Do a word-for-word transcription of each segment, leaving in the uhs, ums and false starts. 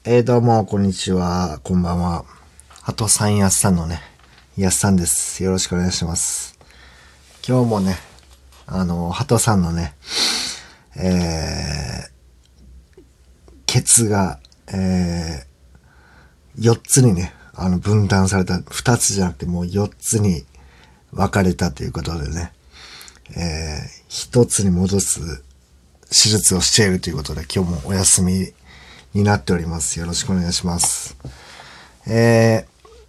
えー、どうも、こんにちは。こんばんは。ハトさんやすさんのね、やすさんです。よろしくお願いします。今日もね、あの、ハトさんのね、えー、ケツが、えー、よっつにね、あの、分断された、ふたつじゃなくてもうよっつに分かれたということでね、えー、ひとつに戻す手術をしているということで、今日もお休みになっております。よろしくお願いします。え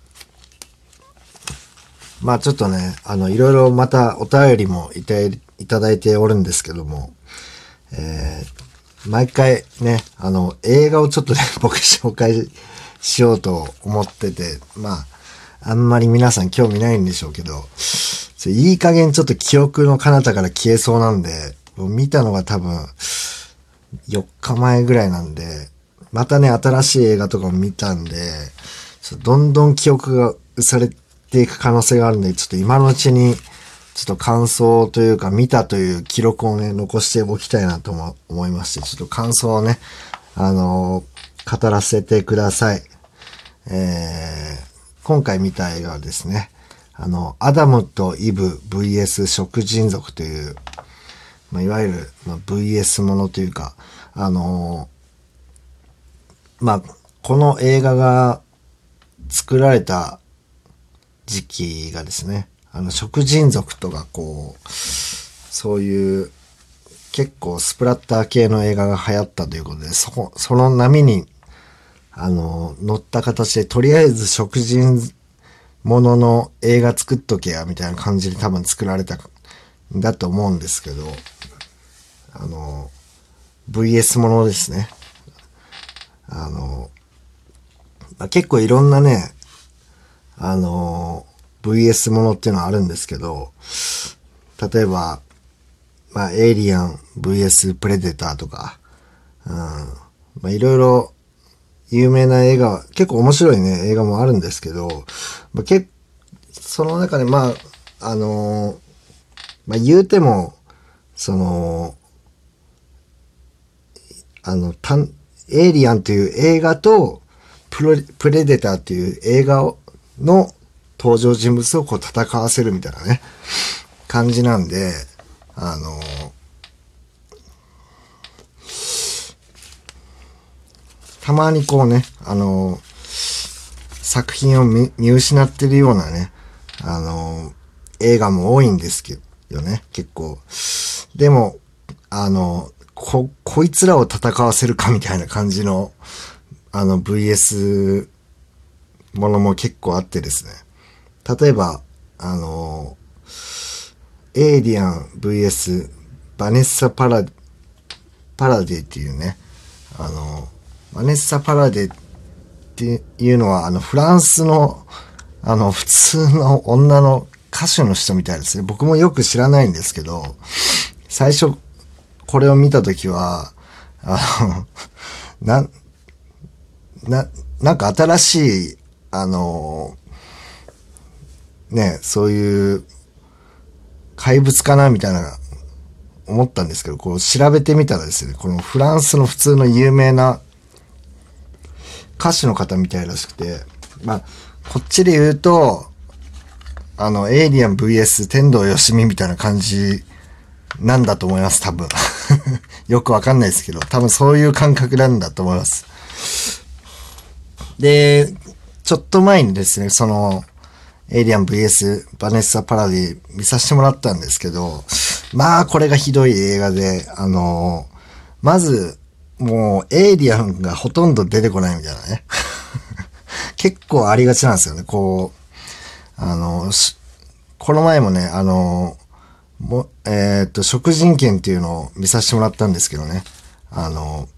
ー、まあちょっとね、あの、いろいろまたお便りもいたいただいておるんですけども、えー、毎回ね、あの、映画をちょっとね、僕紹介しようと思ってて、まあ、あんまり皆さん興味ないんでしょうけど、いい加減ちょっと記憶の彼方から消えそうなんで、見たのが多分よっかまえぐらいなんで、またね、新しい映画とかも見たんで、ちょっとどんどん記憶が薄れていく可能性があるんで、ちょっと今のうちに、ちょっと感想というか、見たという記録をね、残しておきたいなとも思いまして、ちょっと感想をね、あのー、語らせてください。えー、今回見た映画はですね、あの、アダムとイブ ブイエス 食人族という、まあ、いわゆる、まあ、ブイエス ものというか、あのー、まあ、この映画が作られた時期がですね、あの、食人族とかこう、そういう結構スプラッター系の映画が流行ったということで、そこ、その波に、あの、乗った形で、とりあえず食人ものの映画作っとけや、みたいな感じで多分作られたんだと思うんですけど、あの、ブイエス ものですね。あの、まあ、結構いろんなね、あの、ブイエス ものっていうのはあるんですけど、例えば、まあ、エイリアン ブイエス プレデターとか、うん、まあ、いろいろ有名な映画、結構面白いね、映画もあるんですけど、まあ、けその中で、まあ、あの、まあ、言うても、その、あの、たん、エイリアンという映画と、プロ、プレデターっていう映画をの登場人物をこう戦わせるみたいなね、感じなんで、あの、たまにこうね、あの、作品を 見, 見失ってるようなね、あの、映画も多いんですけどね、結構。でも、あの、こ、こいつらを戦わせるかみたいな感じの、あの ブイエス ものも結構あってですね。例えば、あの、エイリアン ブイエス バネッサ・パラ、パラディっていうね、あの、バネッサ・パラディっていうのは、あの、フランスの、あの、普通の女の歌手の人みたいですね。僕もよく知らないんですけど、最初、これを見たときは、あの、な、な、なんか新しい、あの、ね、そういう怪物かなみたいな思ったんですけど、こう調べてみたらですね、このフランスの普通の有名な歌手の方みたいらしくて、まあ、こっちで言うと、あの、エイリアン ブイエス 天童よしみみたいな感じなんだと思います、多分。よくわかんないですけど、多分そういう感覚なんだと思います。で、ちょっと前にですね、その、エイリアン ブイエス バネッサ・パラディ見させてもらったんですけど、まあこれがひどい映画で、あの、まず、もうエイリアンがほとんど出てこないみたいなね。結構ありがちなんですよね、こう、あの、この前もね、あの、もえー、っと、食人犬っていうのを見させてもらったんですけどね、あの、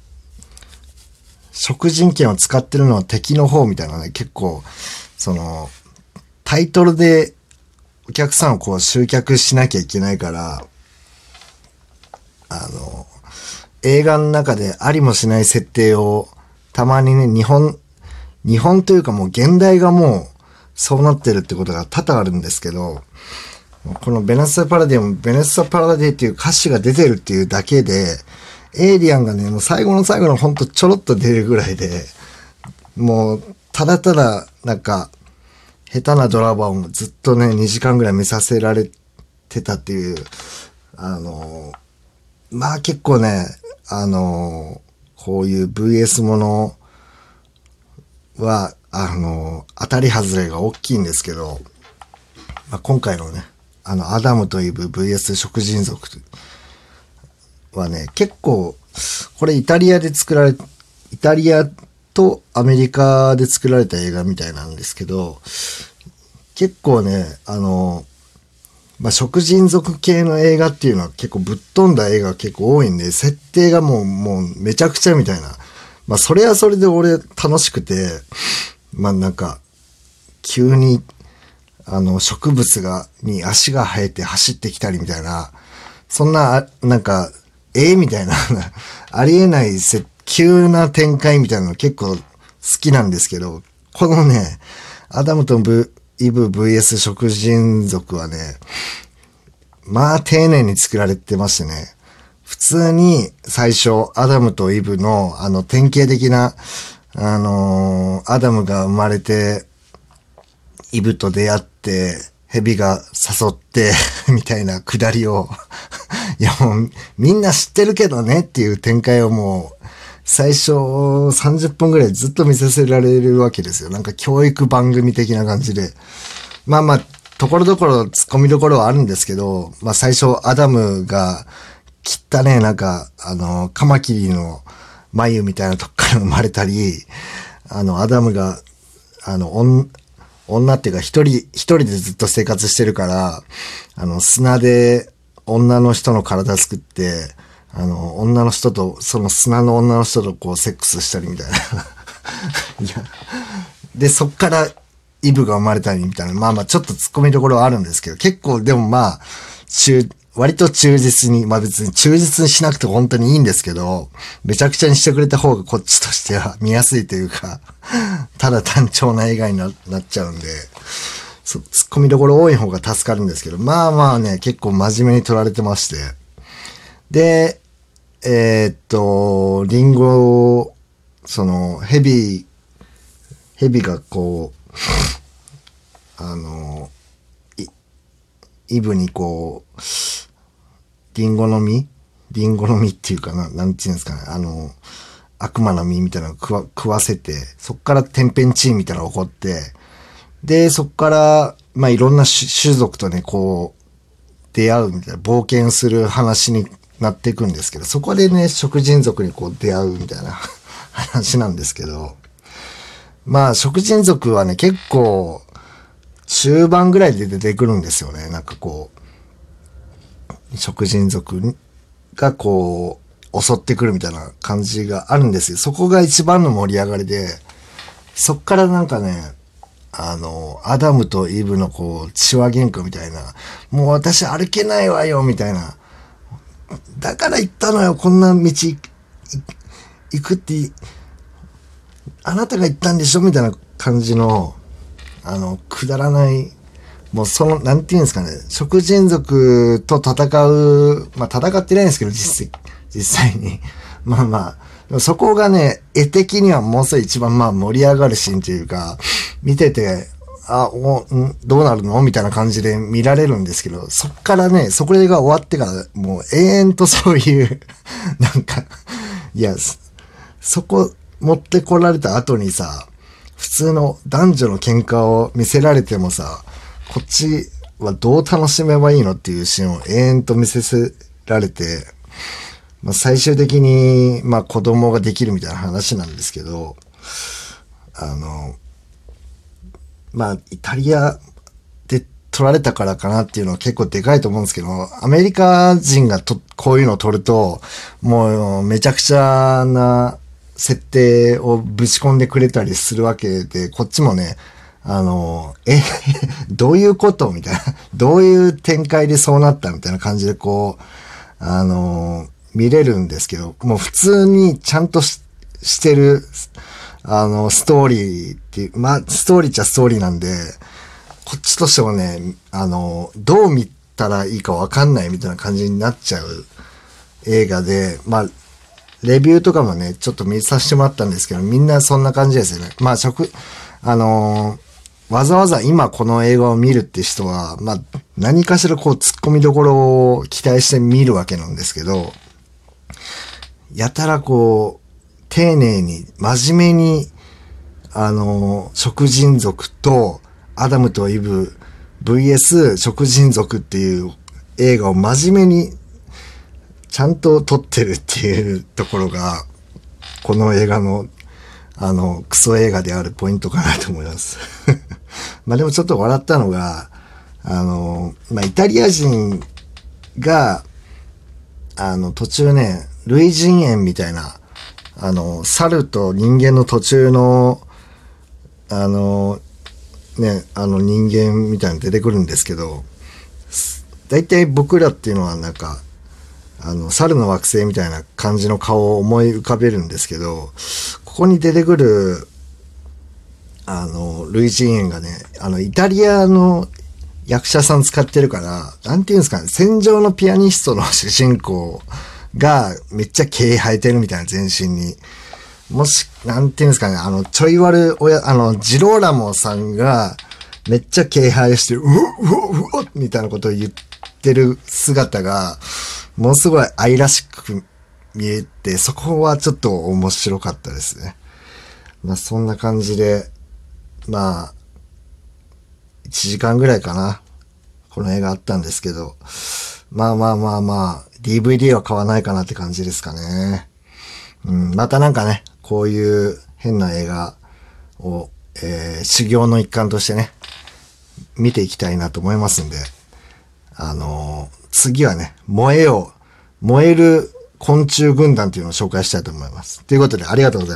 食人犬を使ってるのは敵の方みたいなね、結構、その、タイトルでお客さんをこう集客しなきゃいけないから、あの、映画の中でありもしない設定を、たまにね、日本、日本というかもう現代がもうそうなってるってことが多々あるんですけど、このベネッサ・パラディもベネッサ・パラディっていう歌詞が出てるっていうだけで、 エイリアンがね、もう最後の最後のほんとちょろっと出るぐらいで、もう、ただただ、なんか、下手なドラマをずっとね、にじかんぐらい見させられてたっていう、あの、まあ結構ね、あの、こういう ブイエス ものは、あの、当たり外れが大きいんですけど、まあ、今回のね、あの、アダムとイブ ブイエス 食人族はね、結構、これイタリアで作られ、イタリアとアメリカで作られた映画みたいなんですけど、結構ね、あの、まあ、食人族系の映画っていうのは結構ぶっ飛んだ映画が結構多いんで、設定がもう、もうめちゃくちゃみたいな。まあ、それはそれで俺楽しくて、まあ、なんか、急に、あの、植物が、に足が生えて走ってきたりみたいな、そんな、なんか、ええみたいな、ありえないせ、急な展開みたいなの結構好きなんですけど、このね、アダムとブイブ ブイエス 食人族はね、まあ丁寧に作られてましてね、普通に最初、アダムとイブのあの典型的な、あのー、アダムが生まれて、イブと出会って、蛇が誘ってみたいなくだりをいやもうみんな知ってるけどねっていう展開をもう最初さんじゅっぷんぐらいずっと見させられるわけですよ。なんか教育番組的な感じで。まあまあ、ところどころ突っ込みどころはあるんですけど、まあ最初アダムが汚ね、なんかあの、カマキリの眉みたいなとこから生まれたり、あの、アダムがあの、女っていうか一人、一人でずっと生活してるから、あの、砂で女の人の体作って、あの、女の人と、その砂の女の人とこうセックスしたりみたいな。いや。で、そっからイブが生まれたりみたいな。まあまあちょっと突っ込みどころはあるんですけど、結構でもまあ、中、割と忠実に、まあ別に忠実にしなくて本当にいいんですけど、めちゃくちゃにしてくれた方がこっちとしては見やすいというか、ただ単調な映画に な, なっちゃうんで、そ突っ込みどころ多い方が助かるんですけど、まあまあね、結構真面目に撮られてまして。で、えー、っと、リンゴ、その、ヘビ、ヘビがこう、あの、イブにこう、リンゴの実リンゴの実っていうかな、なんていうんですかね、あの、悪魔の実みたいなのを食わ食わせて、そっから天変地異みたいなのが起こって、で、そっから、まあ、いろんな種族とね、こう、出会うみたいな、冒険する話になっていくんですけど、そこでね、食人族にこう出会うみたいな話なんですけど、まあ、食人族はね、結構、中盤ぐらいで出てくるんですよね。なんかこう、食人族がこう、襲ってくるみたいな感じがあるんですよ。そこが一番の盛り上がりで、そっからなんかね、あの、アダムとイブのこう、血話喧嘩みたいな、もう私歩けないわよ、みたいな。だから言ったのよ、こんな道行くって、あなたが言ったんでしょみたいな感じの、あの、くだらない、もうその、なんていうんですかね、食人族と戦う、まあ戦ってないんですけど、実際、実際に。まあまあ、そこがね、絵的にはもうすぐ一番まあ盛り上がるシーンというか、見てて、あ、おんどうなるのみたいな感じで見られるんですけど、そっからね、そこが終わってから、もう永遠とそういうなんか、いや、そこ持ってこられた後にさ、普通の男女の喧嘩を見せられてもさ、こっちはどう楽しめばいいのっていうシーンを永遠と見せせられて、まあ、最終的に、まあ子供ができるみたいな話なんですけど、あの、まあイタリアで撮られたからかなっていうのは結構でかいと思うんですけど、アメリカ人がとこういうのを撮ると、もうめちゃくちゃな設定をぶち込んでくれたりするわけで、こっちもね、あの、え、どういうことみたいな。どういう展開でそうなったみたいな感じでこう、あの、見れるんですけど、もう普通にちゃんと し, してる、あの、ストーリーっていう、まあ、ストーリーっちゃストーリーなんで、こっちとしてもね、あの、どう見たらいいかわかんないみたいな感じになっちゃう映画で、まあ、 レビューとかもね、ちょっと見させてもらったんですけど、みんなそんな感じですよね。まあ、食、あのー、わざわざ今この映画を見るって人は、まあ、何かしらこう、突っ込みどころを期待して見るわけなんですけど、やたらこう、丁寧に、真面目に、あのー、食人族と、アダムとイブ、ブイエス 食人族っていう映画を真面目に、ちゃんと撮ってるっていうところが、この映画の、あの、クソ映画であるポイントかなと思います。まあでもちょっと笑ったのが、あの、まあイタリア人が、あの、途中ね、類人猿みたいな、あの、猿と人間の途中の、あの、ね、あの人間みたいなの出てくるんですけど、だいたい僕らっていうのはなんか、あの、猿の惑星みたいな感じの顔を思い浮かべるんですけど、ここに出てくる、あの、類人猿がね、あの、イタリアの役者さん使ってるから、なんていうんですかね、戦場のピアニストの主人公がめっちゃ毛生えてるみたいな全身に。もし、なんていうんですかね、あの、ちょい悪おや、あの、ジローラモさんがめっちゃ毛生えして、うおうおうおみたいなことを言ってる姿が、ものすごい愛らしく見えて、そこはちょっと面白かったですね。まあそんな感じで、まあ、いちじかんぐらいかな。この映画あったんですけど、まあまあまあまあ、ディーブイディー は買わないかなって感じですかね。うん、またなんかね、こういう変な映画を、えー、修行の一環としてね、見ていきたいなと思いますんで、あのー、次はね、燃えよう、燃える昆虫軍団っていうのを紹介したいと思います。ということで、ありがとうございます。